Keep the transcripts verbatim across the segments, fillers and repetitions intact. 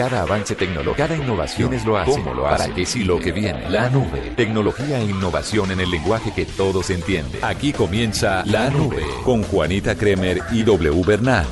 Cada avance tecnológico, cada innovación es lo hace. ¿Cómo lo hace? ¿Para qué sí lo que viene? La nube. Tecnología e innovación en el lenguaje que todos entienden. Aquí comienza La Nube con Juanita Kremer y W Bernal.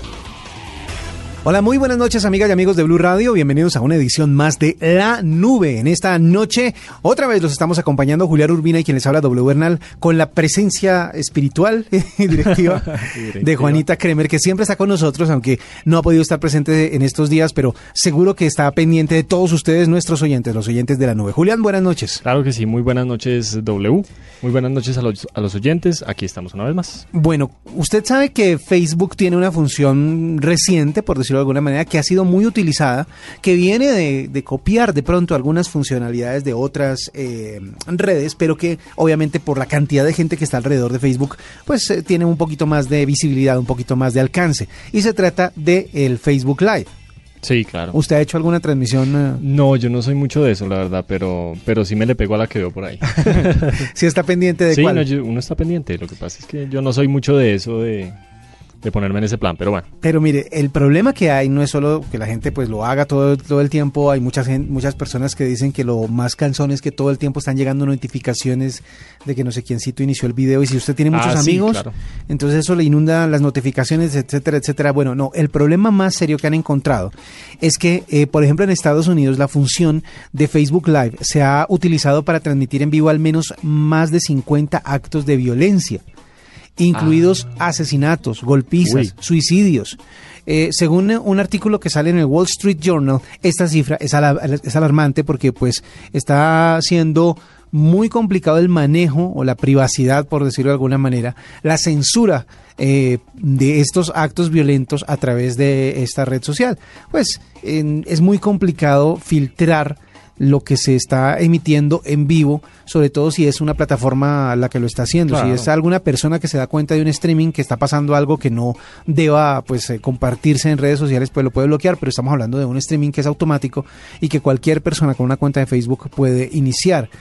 Hola, muy buenas noches, amigas y amigos de Blue Radio. Bienvenidos a una edición más de La Nube. En esta noche, otra vez los estamos acompañando Julián Urbina y quien les habla, W Bernal, con la presencia espiritual y directiva de Juanita Kremer, que siempre está con nosotros, aunque no ha podido estar presente en estos días, pero seguro que está pendiente de todos ustedes, nuestros oyentes, los oyentes de La Nube. Julián, buenas noches. Claro que sí, muy buenas noches, W. Muy buenas noches a los, a los oyentes. Aquí estamos una vez más. Bueno, usted sabe que Facebook tiene una función reciente, por decirlo de alguna manera, que ha sido muy utilizada, que viene de, de copiar de pronto algunas funcionalidades de otras eh, redes, pero que obviamente por la cantidad de gente que está alrededor de Facebook, pues eh, tiene un poquito más de visibilidad, un poquito más de alcance. Y se trata de el Facebook Live. Sí, claro. ¿Usted ha hecho alguna transmisión? Uh... No, yo no soy mucho de eso, la verdad, pero pero sí me le pego a la que veo por ahí. ¿Sí está pendiente de sí, cuál? No, yo, uno está pendiente. Lo que pasa es que yo no soy mucho de eso de... de ponerme en ese plan, pero bueno. Pero mire, el problema que hay no es solo que la gente pues lo haga todo, todo el tiempo. Hay muchas muchas personas que dicen que lo más cansón es que todo el tiempo están llegando notificaciones de que no sé quiéncito inició el video, y si usted tiene muchos ah, amigos, sí, claro. Entonces eso le inunda las notificaciones, etcétera, etcétera. Bueno, no, el problema más serio que han encontrado es que, eh, por ejemplo, en Estados Unidos la función de Facebook Live se ha utilizado para transmitir en vivo al menos más de cincuenta actos de violencia, incluidos ah. asesinatos, golpizas, Uy. suicidios. Eh, según un artículo que sale en el Wall Street Journal, esta cifra es, al- es alarmante porque pues está siendo muy complicado el manejo o la privacidad, por decirlo de alguna manera, la censura eh, de estos actos violentos a través de esta red social. Pues eh, es muy complicado filtrar lo que se está emitiendo en vivo, sobre todo si es una plataforma la que lo está haciendo. Claro. Si es alguna persona que se da cuenta de un streaming que está pasando algo que no deba pues eh, compartirse en redes sociales, pues lo puede bloquear, pero estamos hablando de un streaming que es automático y que cualquier persona con una cuenta de Facebook puede iniciar.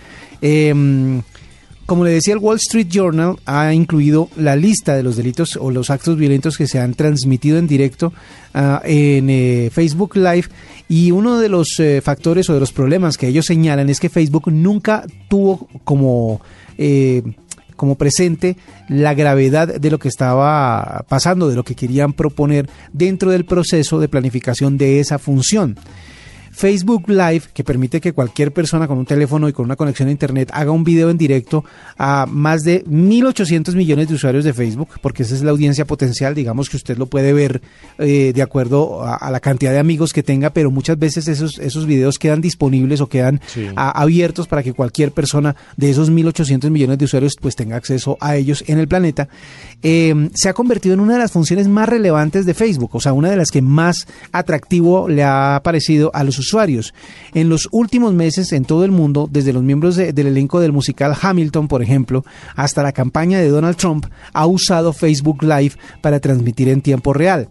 Eh, Como le decía, el Wall Street Journal ha incluido la lista de los delitos o los actos violentos que se han transmitido en directo uh, en eh, Facebook Live, y uno de los eh, factores o de los problemas que ellos señalan es que Facebook nunca tuvo como... Eh, como presente la gravedad de lo que estaba pasando, de lo que querían proponer dentro del proceso de planificación de esa función. Facebook Live, que permite que cualquier persona con un teléfono y con una conexión a internet haga un video en directo a más de mil ochocientos millones de usuarios de Facebook, porque esa es la audiencia potencial. Digamos que usted lo puede ver eh, de acuerdo a, a la cantidad de amigos que tenga, pero muchas veces esos, esos videos quedan disponibles o quedan sí. a, abiertos para que cualquier persona de esos mil ochocientos millones de usuarios pues tenga acceso a ellos en el planeta. Eh, se ha convertido en una de las funciones más relevantes de Facebook, o sea, una de las que más atractivo le ha parecido a los usuarios. En los últimos meses, en todo el mundo, desde los miembros de, del elenco del musical Hamilton, por ejemplo, hasta la campaña de Donald Trump, ha usado Facebook Live para transmitir en tiempo real.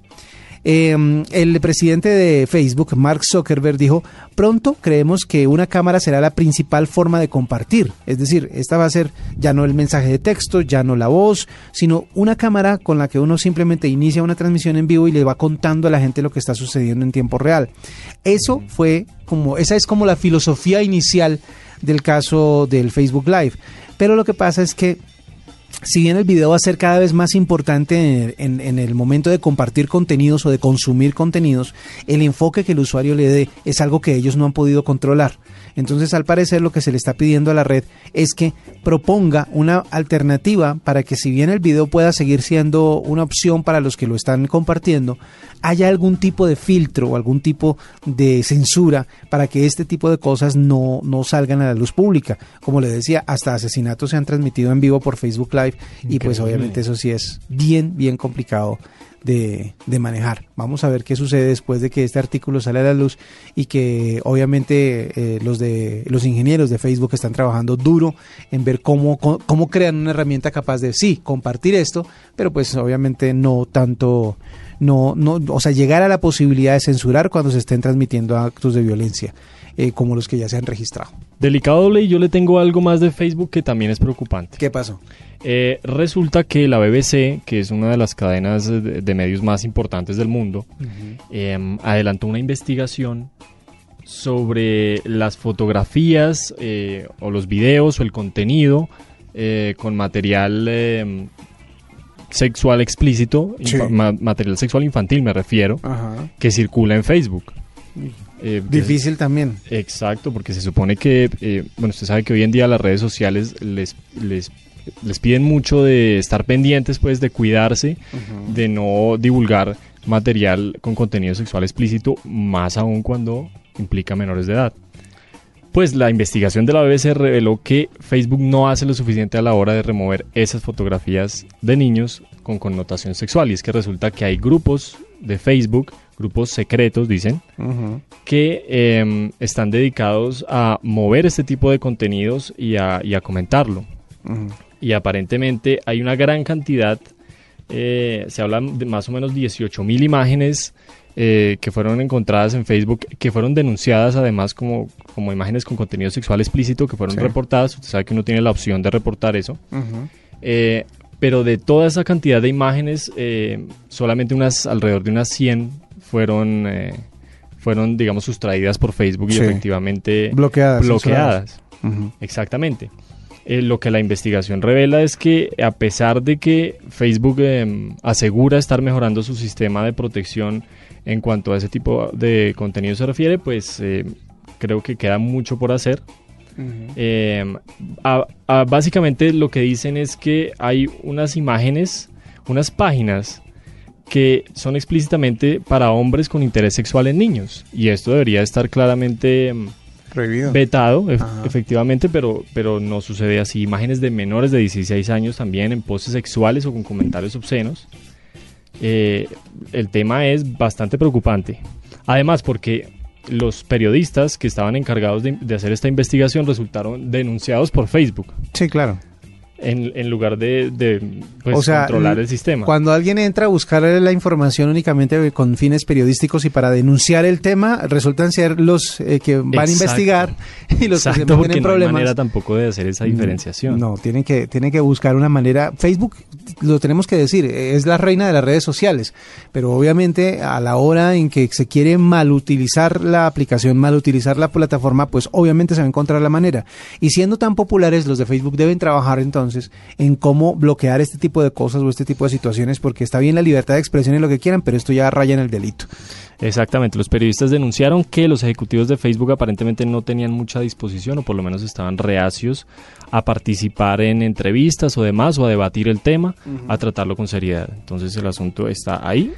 Eh, el presidente de Facebook, Mark Zuckerberg, dijo: pronto creemos que una cámara será la principal forma de compartir. Es decir, esta va a ser ya no el mensaje de texto, ya no la voz, sino una cámara con la que uno simplemente inicia una transmisión en vivo y le va contando a la gente lo que está sucediendo en tiempo real. Eso fue como, esa es como la filosofía inicial del caso del Facebook Live. Pero lo que pasa es que, si bien el video va a ser cada vez más importante en, en, en el momento de compartir contenidos o de consumir contenidos, el enfoque que el usuario le dé es algo que ellos no han podido controlar. Entonces, al parecer, lo que se le está pidiendo a la red es que proponga una alternativa para que, si bien el video pueda seguir siendo una opción para los que lo están compartiendo, haya algún tipo de filtro o algún tipo de censura para que este tipo de cosas no, no salgan a la luz pública. Como le decía, hasta asesinatos se han transmitido en vivo por Facebook Live. Increíble. Y pues obviamente eso sí es bien, bien complicado de, de manejar. Vamos a ver qué sucede después de que este artículo sale a la luz y que obviamente eh, los de los ingenieros de Facebook están trabajando duro en ver cómo, cómo, cómo crean una herramienta capaz de, sí, compartir esto, pero pues obviamente no tanto, no, no, o sea, llegar a la posibilidad de censurar cuando se estén transmitiendo actos de violencia. Eh, como los que ya se han registrado. Delicado, doble, y yo le tengo algo más de Facebook que también es preocupante. ¿Qué pasó? Eh, resulta que la B B C, que es una de las cadenas de, de medios más importantes del mundo, uh-huh. eh, adelantó una investigación sobre las fotografías eh, o los videos o el contenido eh, con material eh, sexual explícito, Sí. infa- ma- material sexual infantil me refiero, Ajá. que circula en Facebook. Eh, Difícil también. Exacto, porque se supone que, eh, bueno, usted sabe que hoy en día las redes sociales les, les, les piden mucho de estar pendientes, pues, de cuidarse, Ujú. de no divulgar material con contenido sexual explícito, más aún cuando implica menores de edad. Pues la investigación de la B B C reveló que Facebook no hace lo suficiente a la hora de remover esas fotografías de niños con connotación sexual. Y es que resulta que hay grupos de Facebook, grupos secretos, dicen, Ujú. que eh, están dedicados a mover este tipo de contenidos y a, y a comentarlo. Ujú. Y aparentemente hay una gran cantidad, eh, se habla de más o menos dieciocho mil imágenes eh, que fueron encontradas en Facebook, que fueron denunciadas además como, como imágenes con contenido sexual explícito, que fueron Sí. reportadas. Usted sabe que uno tiene la opción de reportar eso. Ujú. Eh, pero de toda esa cantidad de imágenes, eh, solamente unas alrededor de unas cien fueron, eh, fueron digamos, sustraídas por Facebook y Sí. efectivamente Bloqueadas. bloqueadas. Ujú. Exactamente. Eh, lo que la investigación revela es que a pesar de que Facebook eh, asegura estar mejorando su sistema de protección en cuanto a ese tipo de contenido se refiere, pues eh, creo que queda mucho por hacer. Ujú. Eh, a- a- básicamente lo que dicen es que hay unas imágenes, unas páginas que son explícitamente para hombres con interés sexual en niños, y esto debería estar claramente mm, Prohibido. vetado, ef- Ajá. efectivamente, pero, pero no sucede así. Imágenes de menores de dieciséis años también en poses sexuales o con comentarios obscenos. Eh, el tema es bastante preocupante. Además, porque los periodistas que estaban encargados de, de hacer esta investigación resultaron denunciados por Facebook Sí, claro. en, en lugar de, de, pues, O sea, controlar l- el sistema. Cuando alguien entra a buscar la información únicamente con fines periodísticos y para denunciar el tema, resultan ser los eh, que van a Exacto. investigar y los Exacto, que se meten porque en no hay problemas. manera tampoco de hacer esa diferenciación. No, tienen que, tienen que buscar una manera. Facebook, lo tenemos que decir, es la reina de las redes sociales, pero obviamente a la hora en que se quiere malutilizar la aplicación, malutilizar la plataforma, pues obviamente se va a encontrar la manera. Y siendo tan populares, los de Facebook deben trabajar entonces en cómo bloquear este tipo de cosas o este tipo de situaciones, porque está bien la libertad de expresión y lo que quieran, pero esto ya raya en el delito. Exactamente, los periodistas denunciaron que los ejecutivos de Facebook aparentemente no tenían mucha disposición o por lo menos estaban reacios a participar en entrevistas o demás o a debatir el tema, a tratarlo con seriedad. Entonces el asunto está ahí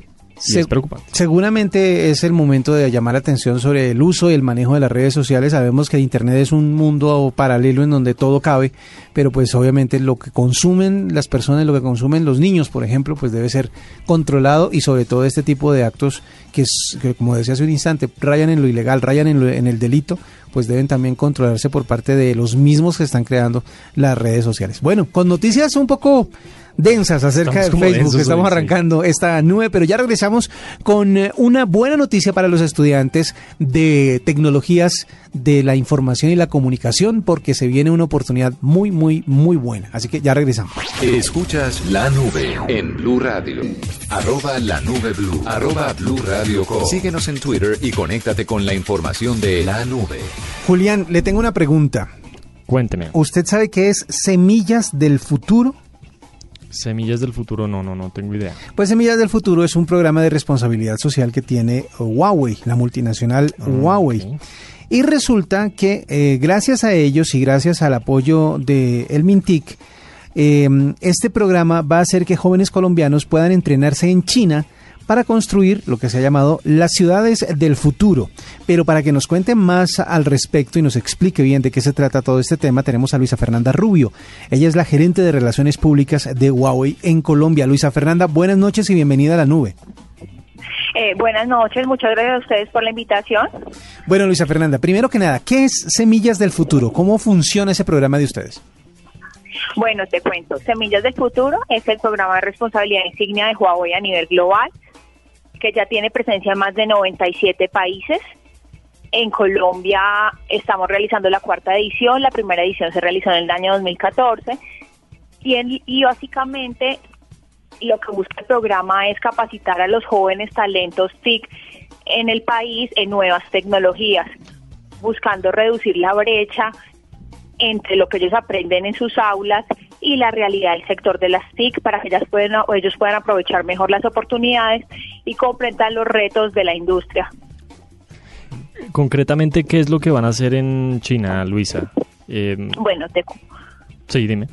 y Se- es preocupante. Seguramente es el momento de llamar la atención sobre el uso y el manejo de las redes sociales. Sabemos que Internet es un mundo paralelo en donde todo cabe, pero pues obviamente lo que consumen las personas, lo que consumen los niños, por ejemplo, pues debe ser controlado, y sobre todo este tipo de actos que, es- que como decía hace un instante, rayan en lo ilegal, rayan en, lo- en el delito, pues deben también controlarse por parte de los mismos que están creando las redes sociales. Bueno, con noticias un poco densas acerca Estamos de como Facebook, densos que estamos hoy, sí. arrancando esta nube, pero ya regresamos con eh, una buena noticia para los estudiantes de tecnologías de la información y la comunicación, porque se viene una oportunidad muy, muy, muy buena. Así que ya regresamos. Escuchas La Nube en Blue Radio. Arroba La Nube Blue. Arroba Blue Radio Co. Síguenos en Twitter y conéctate con la información de La Nube. Julián, le tengo una pregunta. Cuénteme. ¿Usted sabe qué es Semillas del Futuro? Semillas del futuro, no, no, no tengo idea. Pues Semillas del Futuro es un programa de responsabilidad social que tiene Huawei, la multinacional Huawei. ok. Y resulta que eh, gracias a ellos y gracias al apoyo de el MINTIC, eh, este programa va a hacer que jóvenes colombianos puedan entrenarse en China para construir lo que se ha llamado las ciudades del futuro. Pero para que nos cuente más al respecto y nos explique bien de qué se trata todo este tema, tenemos a Luisa Fernanda Rubio. Ella es la gerente de Relaciones Públicas de Huawei en Colombia. Luisa Fernanda, buenas noches y bienvenida a La Nube. Eh, buenas noches, muchas gracias a ustedes por la invitación. Bueno, Luisa Fernanda, primero que nada, ¿qué es Semillas del Futuro? ¿Cómo funciona ese programa de ustedes? Bueno, te cuento, Semillas del Futuro es el programa de responsabilidad insignia de Huawei a nivel global, que ya tiene presencia en más de noventa y siete países. En Colombia estamos realizando la cuarta edición, la primera edición se realizó en el año dos mil catorce, y, en, y básicamente lo que busca el programa es capacitar a los jóvenes talentos T I C en el país en nuevas tecnologías, buscando reducir la brecha entre lo que ellos aprenden en sus aulas y la realidad del sector de las T I C para que ellas puedan, o ellos puedan aprovechar mejor las oportunidades y comprendan los retos de la industria. Concretamente, ¿qué es lo que van a hacer en China, Luisa? Eh, bueno, te, sí, dime.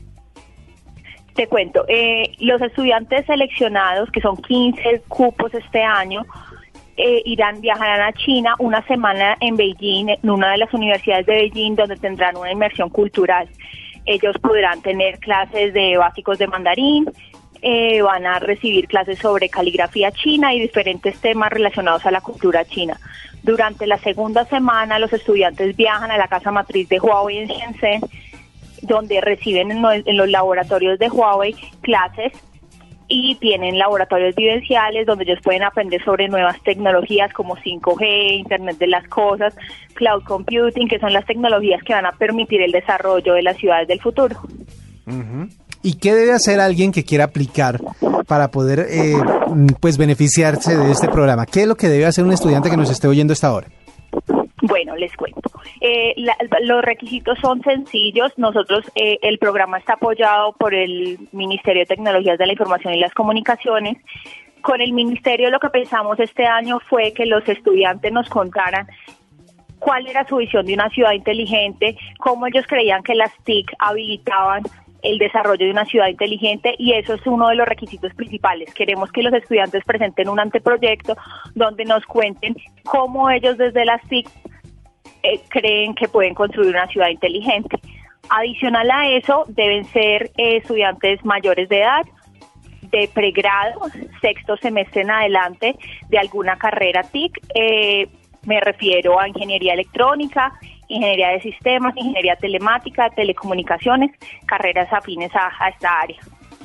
Te cuento, eh, los estudiantes seleccionados, que son quince cupos este año, Eh, irán, viajarán a China una semana en Beijing, en una de las universidades de Beijing, donde tendrán una inmersión cultural. Ellos podrán tener clases de básicos de mandarín, eh, van a recibir clases sobre caligrafía china y diferentes temas relacionados a la cultura china. Durante la segunda semana, los estudiantes viajan a la casa matriz de Huawei en Shenzhen, donde reciben en, en los laboratorios de Huawei clases y tienen laboratorios vivenciales donde ellos pueden aprender sobre nuevas tecnologías como cinco G, Internet de las Cosas, Cloud Computing, que son las tecnologías que van a permitir el desarrollo de las ciudades del futuro. Uh-huh. ¿Y qué debe hacer alguien que quiera aplicar para poder eh, pues beneficiarse de este programa? ¿Qué es lo que debe hacer un estudiante que nos esté oyendo esta hora? Bueno, les cuento. Eh, la, los requisitos son sencillos. Nosotros, eh, el programa está apoyado por el Ministerio de Tecnologías de la Información y las Comunicaciones. Con el Ministerio lo que pensamos este año fue que los estudiantes nos contaran cuál era su visión de una ciudad inteligente, cómo ellos creían que las T I C habilitaban el desarrollo de una ciudad inteligente, y eso es uno de los requisitos principales. Queremos que los estudiantes presenten un anteproyecto donde nos cuenten cómo ellos desde las T I C eh, creen que pueden construir una ciudad inteligente. Adicional a eso, deben ser eh, estudiantes mayores de edad, de pregrado, sexto semestre en adelante, de alguna carrera T I C. Eh, me refiero a ingeniería electrónica, ingeniería de sistemas, ingeniería telemática, telecomunicaciones, carreras afines a, a esta área.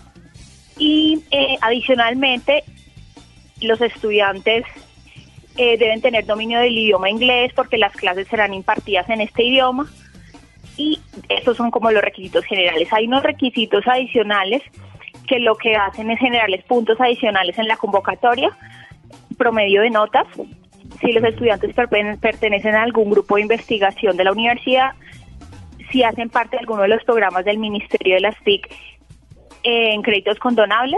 Y eh, adicionalmente, los estudiantes eh, deben tener dominio del idioma inglés porque las clases serán impartidas en este idioma, y estos son como los requisitos generales. Hay unos requisitos adicionales que lo que hacen es generarles puntos adicionales en la convocatoria, promedio de notas. Si los estudiantes pertenecen a algún grupo de investigación de la universidad, si hacen parte de alguno de los programas del Ministerio de las T I C eh, en créditos condonables,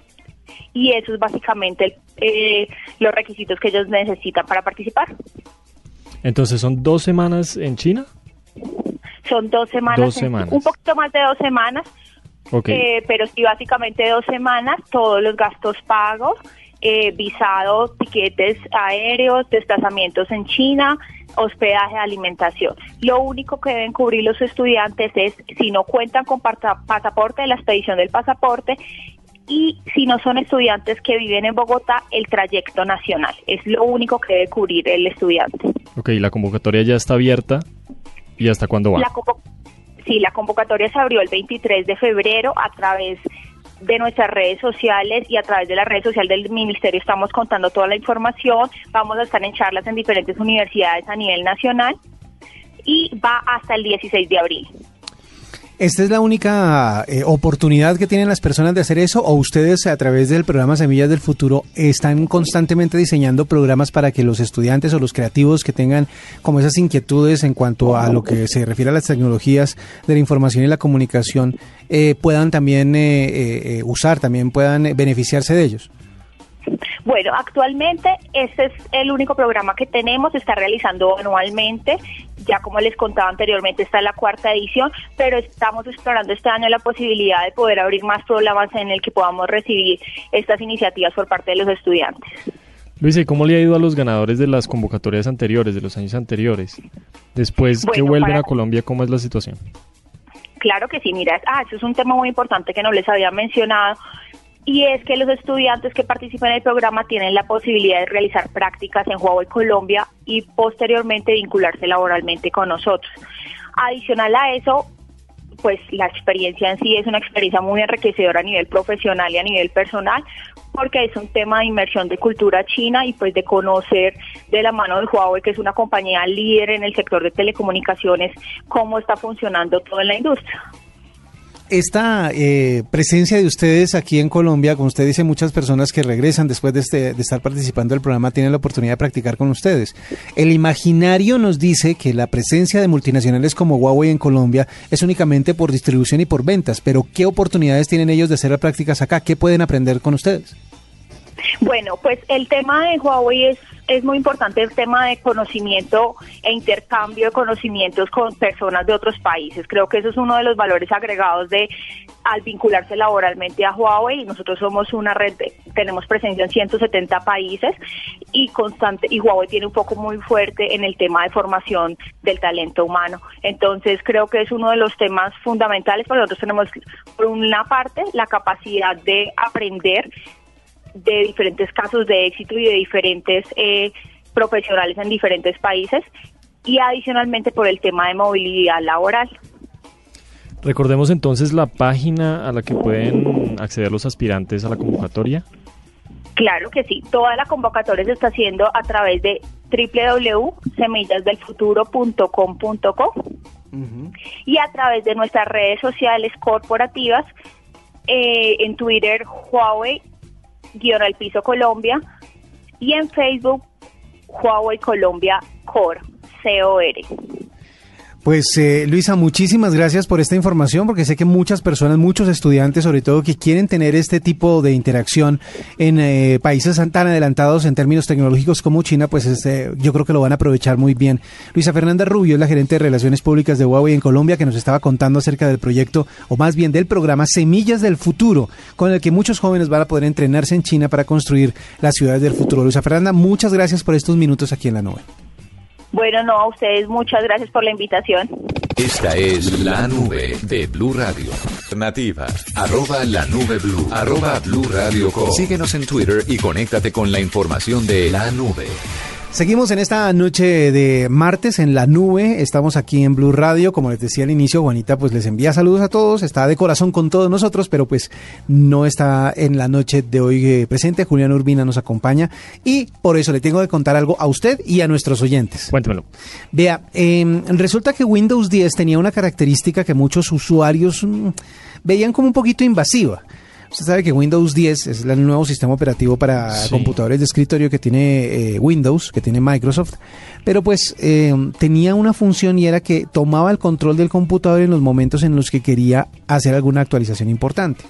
y eso es básicamente eh, los requisitos que ellos necesitan para participar. Entonces, ¿son dos semanas en China? Son dos semanas, dos en, semanas. un poquito más de dos semanas, okay. eh, pero sí, básicamente dos semanas, todos los gastos pagos, eh, visado, tiquetes aéreos, desplazamientos en China, hospedaje, alimentación. Lo único que deben cubrir los estudiantes es si no cuentan con pasaporte, la expedición del pasaporte, y si no son estudiantes que viven en Bogotá, el trayecto nacional. Es lo único que debe cubrir el estudiante. Ok, la convocatoria ya está abierta. ¿Y hasta cuándo va? La convo- sí, la convocatoria se abrió el veintitrés de febrero a través de nuestras redes sociales y a través de la red social del Ministerio. Estamos contando toda la información. Vamos a estar en charlas en diferentes universidades a nivel nacional y va hasta el dieciséis de abril. ¿Esta es la única eh, oportunidad que tienen las personas de hacer eso, o ustedes a través del programa Semillas del Futuro están constantemente diseñando programas para que los estudiantes o los creativos que tengan como esas inquietudes en cuanto a lo que se refiere a las tecnologías de la información y la comunicación eh, puedan también eh, eh, usar, también puedan beneficiarse de ellos? Bueno, actualmente este es el único programa que tenemos, se está realizando anualmente. Ya como les contaba anteriormente, está en la cuarta edición, pero estamos explorando este año la posibilidad de poder abrir más programas en el que podamos recibir estas iniciativas por parte de los estudiantes. Luisa, ¿y cómo le ha ido a los ganadores de las convocatorias anteriores, de los años anteriores? Después bueno, que vuelven para... a Colombia, ¿cómo es la situación? Claro que sí, mira, ah, eso es un tema muy importante que no les había mencionado. Y es que los estudiantes que participan en el programa tienen la posibilidad de realizar prácticas en Huawei Colombia y posteriormente vincularse laboralmente con nosotros. Adicional a eso, pues la experiencia en sí es una experiencia muy enriquecedora a nivel profesional y a nivel personal, porque es un tema de inmersión de cultura china y pues de conocer de la mano de Huawei, que es una compañía líder en el sector de telecomunicaciones, cómo está funcionando todo en la industria. esta eh, presencia de ustedes aquí en Colombia, como usted dice, muchas personas que regresan después de, este, de estar participando del programa tienen la oportunidad de practicar con ustedes. El imaginario nos dice que la presencia de multinacionales como Huawei en Colombia es únicamente por distribución y por ventas, pero ¿qué oportunidades tienen ellos de hacer prácticas acá? ¿Qué pueden aprender con ustedes? Bueno, pues el tema de Huawei es, es muy importante, el tema de conocimiento e intercambio de conocimientos con personas de otros países. Creo que eso es uno de los valores agregados de al vincularse laboralmente a Huawei. Nosotros somos una red, de, tenemos presencia en ciento setenta países y constante y Huawei tiene un foco muy fuerte en el tema de formación del talento humano. Entonces creo que es uno de los temas fundamentales, porque nosotros tenemos por una parte la capacidad de aprender de diferentes casos de éxito y de diferentes eh, profesionales en diferentes países y adicionalmente por el tema de movilidad laboral. Recordemos entonces la página a la que pueden acceder los aspirantes a la convocatoria. Claro que sí, toda la convocatoria se está haciendo a través de doble u doble u doble u punto semillas del futuro punto com punto co uh-huh. y a través de nuestras redes sociales corporativas, eh, en Twitter Huawei guión al piso Colombia y en Facebook Huawei Colombia Core, C O R. Pues eh, Luisa, muchísimas gracias por esta información, porque sé que muchas personas, muchos estudiantes sobre todo, que quieren tener este tipo de interacción en eh, países tan adelantados en términos tecnológicos como China, pues este, yo creo que lo van a aprovechar muy bien. Luisa Fernanda Rubio es la gerente de Relaciones Públicas de Huawei en Colombia, que nos estaba contando acerca del proyecto, o más bien del programa Semillas del Futuro, con el que muchos jóvenes van a poder entrenarse en China para construir las ciudades del futuro. Luisa Fernanda, muchas gracias por estos minutos aquí en La Nube. Bueno, no, a ustedes muchas gracias por la invitación. Esta es La Nube de Blue Radio. Alternativa, arroba La Nube Blue, arroba Blue Radio Co. Síguenos en Twitter y conéctate con la información de La Nube. Seguimos en esta noche de martes en La Nube, estamos aquí en Blue Radio, como les decía al inicio, Juanita pues les envía saludos a todos, está de corazón con todos nosotros, pero pues no está en la noche de hoy eh, presente, Julián Urbina nos acompaña y por eso le tengo que contar algo a usted y a nuestros oyentes. Cuéntemelo. Vea, eh, resulta que Windows diez tenía una característica que muchos usuarios mmm, veían como un poquito invasiva. Usted sabe que Windows diez es el nuevo sistema operativo para sí. computadores de escritorio que tiene eh, Windows, que tiene Microsoft, pero pues eh, tenía una función y era que tomaba el control del computador en los momentos en los que quería hacer alguna actualización importante.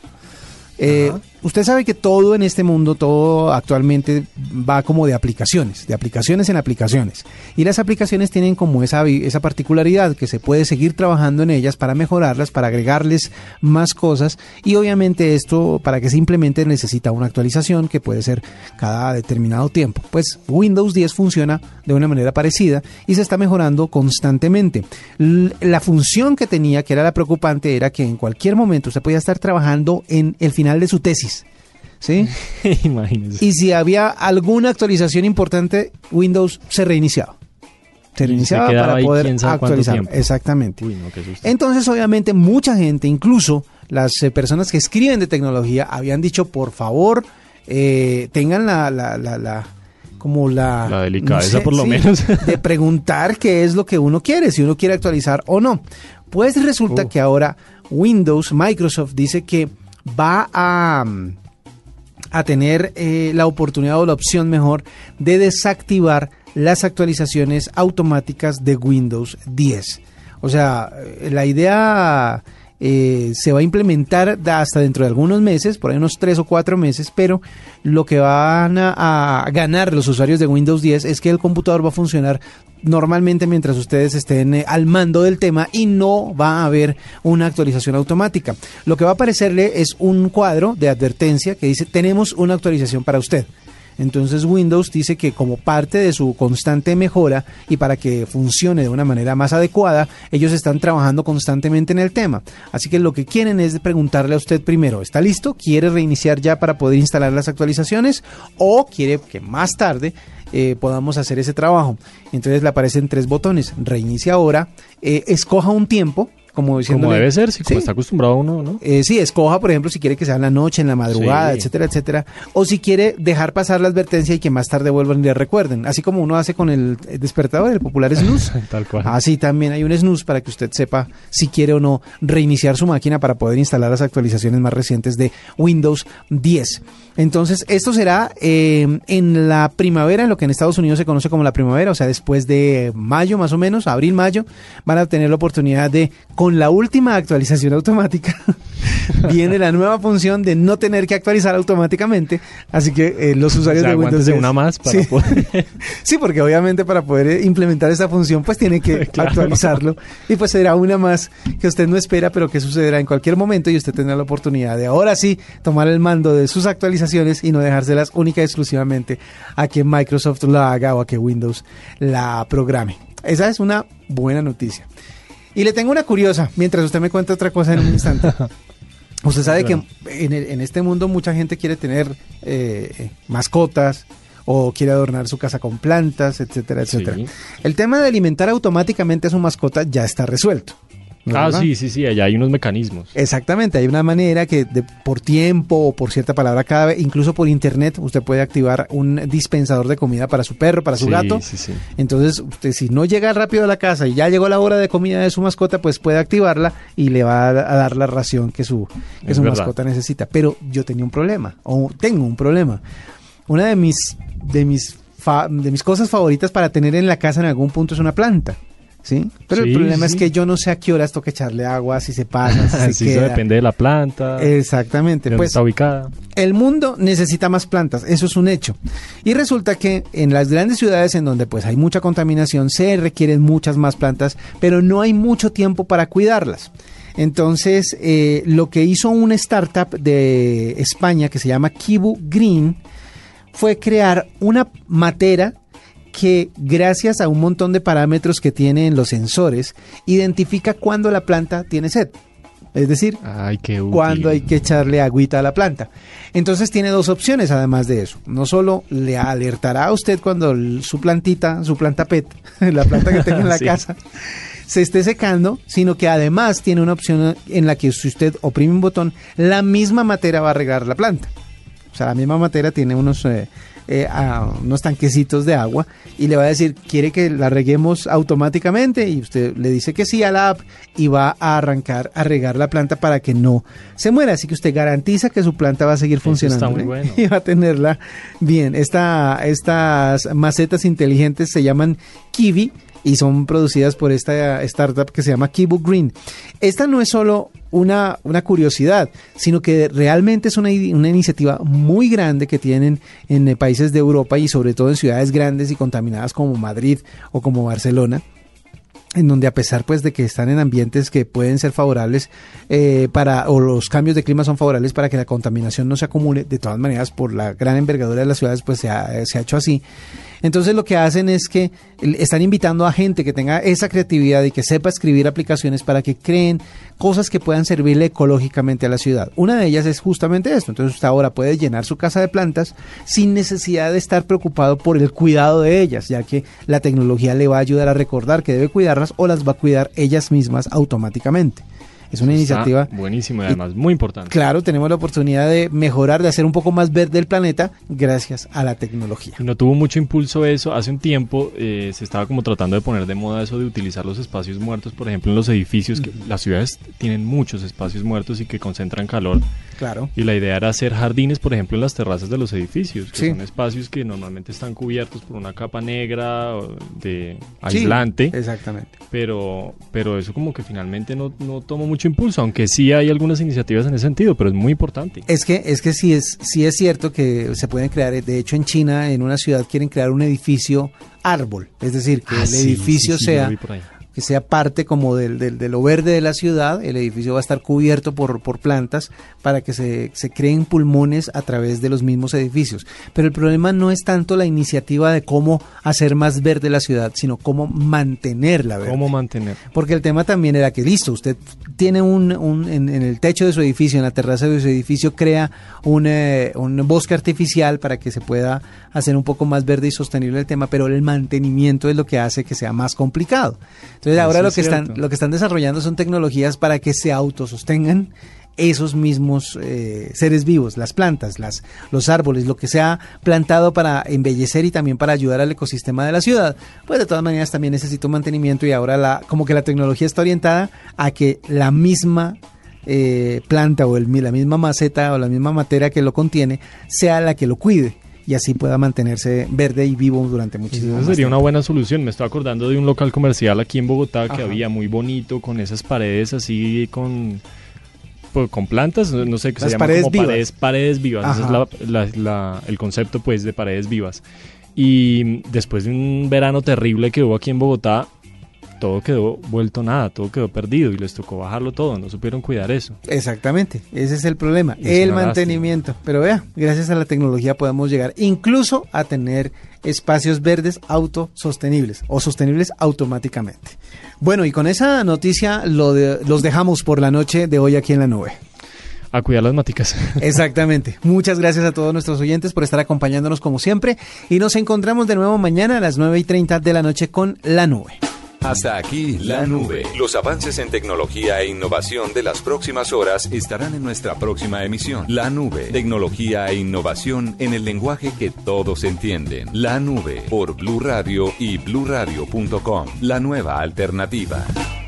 Eh, usted sabe que todo en este mundo, todo actualmente va como de aplicaciones, de aplicaciones en aplicaciones. Y las aplicaciones tienen como esa, esa particularidad que se puede seguir trabajando en ellas para mejorarlas, para agregarles más cosas. Y obviamente esto, para que se implemente, necesita una actualización que puede ser cada determinado tiempo. Pues Windows diez funciona de una manera parecida y se está mejorando constantemente. L- la función que tenía, que era la preocupante, era que en cualquier momento usted podía estar trabajando en el final de su tesis, ¿sí? Imagínese. Y si había alguna actualización importante, Windows se reiniciaba. Se reiniciaba se para poder actualizar. Exactamente. Uy, no, qué susto. Entonces, obviamente, mucha gente, incluso las eh, personas que escriben de tecnología, habían dicho, por favor, eh, tengan la, la, la, la como la... La delicadeza, no sé, por lo sí, menos, de preguntar qué es lo que uno quiere, si uno quiere actualizar o no. Pues resulta uh. que ahora Windows, Microsoft dice que va a, a tener eh, la oportunidad o la opción mejor de desactivar las actualizaciones automáticas de Windows diez. O sea, la idea eh, se va a implementar hasta dentro de algunos meses, por ahí unos tres o cuatro meses, pero lo que van a, a ganar los usuarios de Windows diez es que el computador va a funcionar normalmente mientras ustedes estén eh, al mando del tema y no va a haber una actualización automática. Lo que va a aparecerle es un cuadro de advertencia que dice: tenemos una actualización para usted. Entonces Windows dice que como parte de su constante mejora y para que funcione de una manera más adecuada, ellos están trabajando constantemente en el tema. Así que lo que quieren es preguntarle a usted primero: ¿está listo? ¿Quiere reiniciar ya para poder instalar las actualizaciones? ¿O quiere que más tarde eh, podamos hacer ese trabajo? Entonces le aparecen tres botones: reinicia ahora, eh, escoja un tiempo, como diciéndole, como debe ser, si sí, como está acostumbrado uno, ¿no? Eh, sí, escoja, por ejemplo, si quiere que sea en la noche, en la madrugada, Sí. etcétera, etcétera. O si quiere dejar pasar la advertencia y que más tarde vuelvan y le recuerden. Así como uno hace con el despertador, el popular snooze. Tal cual. Así también hay un snooze para que usted sepa si quiere o no reiniciar su máquina para poder instalar las actualizaciones más recientes de Windows diez. Entonces, esto será eh, en la primavera, en lo que en Estados Unidos se conoce como la primavera, o sea, después de mayo más o menos, abril, mayo, van a tener la oportunidad de, con la última actualización automática, viene la nueva función de no tener que actualizar automáticamente, así que eh, los usuarios O sea, de Windows aguántese diez, una más para sí. poder... Sí, porque obviamente para poder implementar esta función pues tiene que Claro. actualizarlo y pues será una más que usted no espera pero que sucederá en cualquier momento y usted tendrá la oportunidad de ahora sí tomar el mando de sus actualizaciones y no dejárselas única y exclusivamente a que Microsoft la haga o a que Windows la programe. Esa es una buena noticia. Y le tengo una curiosa, mientras usted me cuenta otra cosa en un instante. Usted sabe que en, el- en este mundo mucha gente quiere tener eh, mascotas o quiere adornar su casa con plantas, etcétera, etcétera. Sí. El tema de alimentar automáticamente a su mascota ya está resuelto. ¿no es Ah, verdad? sí, sí, sí, allá hay unos mecanismos. Exactamente, hay una manera que de- por tiempo o por cierta palabra clave, incluso por internet, usted puede activar un dispensador de comida para su perro, para su Sí, gato. sí, sí. Entonces, usted si no llega rápido a la casa y ya llegó la hora de comida de su mascota, pues puede activarla y le va a, a dar la ración que su, que Es su verdad. mascota necesita. Pero yo tenía un problema, o tengo un problema. Una de mis, de mis, fa- de mis cosas favoritas para tener en la casa en algún punto es una planta. ¿Sí? Pero el Sí, problema sí. es que yo no sé a qué horas toca echarle agua, si se pasa, si se Sí, queda. eso depende de la planta, Exactamente. de dónde Pues está ubicada. el mundo necesita más plantas, eso es un hecho. Y resulta que en las grandes ciudades en donde pues hay mucha contaminación se requieren muchas más plantas, pero no hay mucho tiempo para cuidarlas. Entonces, eh, lo que hizo una startup de España que se llama Kibu Green fue crear una matera que gracias a un montón de parámetros que tiene en los sensores, identifica cuándo la planta tiene sed. Es decir, Ay, qué útil. cuando hay que echarle agüita a la planta. Entonces tiene dos opciones además de eso. No solo le alertará a usted cuando el- su plantita, su planta pet, la planta que tenga en la Sí. casa, se esté secando, sino que además tiene una opción en la que si usted oprime un botón, la misma matera va a regar la planta. O sea, la misma matera tiene unos, eh, eh, ah, unos tanquecitos de agua y le va a decir, ¿quiere que la reguemos automáticamente? Y usted le dice que sí a la app y va a arrancar a regar la planta para que no se muera. Así que usted garantiza que su planta va a seguir Eso funcionando. está muy ¿eh? bueno. Y va a tenerla bien. Esta, estas macetas inteligentes se llaman Kiwi y son producidas por esta startup que se llama Kibu Green. Esta no es solo una, una curiosidad, sino que realmente es una, una iniciativa muy grande que tienen en eh, países de Europa y sobre todo en ciudades grandes y contaminadas como Madrid o como Barcelona, en donde a pesar pues de que están en ambientes que pueden ser favorables eh, para, o los cambios de clima son favorables para que la contaminación no se acumule, de todas maneras por la gran envergadura de las ciudades pues se ha, se ha hecho así. Entonces lo que hacen es que están invitando a gente que tenga esa creatividad y que sepa escribir aplicaciones para que creen cosas que puedan servirle ecológicamente a la ciudad. Una de ellas es justamente esto. Entonces usted ahora puede llenar su casa de plantas sin necesidad de estar preocupado por el cuidado de ellas, ya que la tecnología le va a ayudar a recordar que debe cuidarlas o las va a cuidar ellas mismas automáticamente. Es una Está iniciativa buenísima y además muy importante. Claro, tenemos la oportunidad de mejorar, de hacer un poco más verde el planeta gracias a la tecnología. Y no tuvo mucho impulso eso. Hace un tiempo eh, se estaba como tratando de poner de moda eso de utilizar los espacios muertos, por ejemplo, en los edificios. Que las ciudades tienen muchos espacios muertos y que concentran calor. Claro. Y la idea era hacer jardines, por ejemplo, en las terrazas de los edificios, que Sí. son espacios que normalmente están cubiertos por una capa negra o de Sí, aislante. exactamente. Pero, pero eso como que finalmente no, no tomó mucho impulso, aunque sí hay algunas iniciativas en ese sentido, pero es muy importante. Es que, es que sí es, sí es cierto que se pueden crear, de hecho en China, en una ciudad quieren crear un edificio árbol, es decir, que Ah, el sí, edificio sí, sí, yo sea, lo vi por ahí. que sea parte como del, del, de lo verde de la ciudad, el edificio va a estar cubierto por, por plantas para que se, se creen pulmones a través de los mismos edificios. Pero el problema no es tanto la iniciativa de cómo hacer más verde la ciudad, sino cómo mantenerla verde. ¿Cómo mantener? Porque el tema también era que, listo, usted tiene un, un en, en el techo de su edificio, en la terraza de su edificio, crea un, eh, un bosque artificial para que se pueda hacer un poco más verde y sostenible el tema, pero el mantenimiento es lo que hace que sea más complicado. Entonces ahora Eso lo es que están, cierto. lo que están desarrollando son tecnologías para que se autosostengan esos mismos eh, seres vivos, las plantas, las, los árboles, lo que se ha plantado para embellecer y también para ayudar al ecosistema de la ciudad. Pues de todas maneras también necesita un mantenimiento y ahora la, como que la tecnología está orientada a que la misma eh, planta o el, la misma maceta o la misma materia que lo contiene sea la que lo cuide y así pueda mantenerse verde y vivo durante muchísimo Esa más sería tiempo. una buena solución. Me estoy acordando de un local comercial aquí en Bogotá que Ajá. había muy bonito, con esas paredes así, con, pues, con plantas, no sé, que se Las llama paredes como vivas. paredes, paredes vivas. Ese es Ajá. la- la- la- el concepto pues de paredes vivas. Y después de un verano terrible que hubo aquí en Bogotá, todo quedó vuelto nada, todo quedó perdido y les tocó bajarlo todo, no supieron cuidar eso. Exactamente, ese es el problema, Y es el una mantenimiento. Pero vea, gracias a la tecnología podemos llegar incluso a tener espacios verdes autosostenibles o sostenibles automáticamente. Bueno, y con esa noticia lo de- los dejamos por la noche de hoy aquí en la nube. A cuidar las maticas. Exactamente. Muchas gracias a todos nuestros oyentes por estar acompañándonos como siempre y nos encontramos de nuevo mañana a las nueve y treinta de la noche con La Nube. Hasta aquí La Nube. Los avances en tecnología e innovación de las próximas horas estarán en nuestra próxima emisión. La Nube. Tecnología e innovación en el lenguaje que todos entienden. La Nube por Blue Radio y blue radio punto com. La nueva alternativa.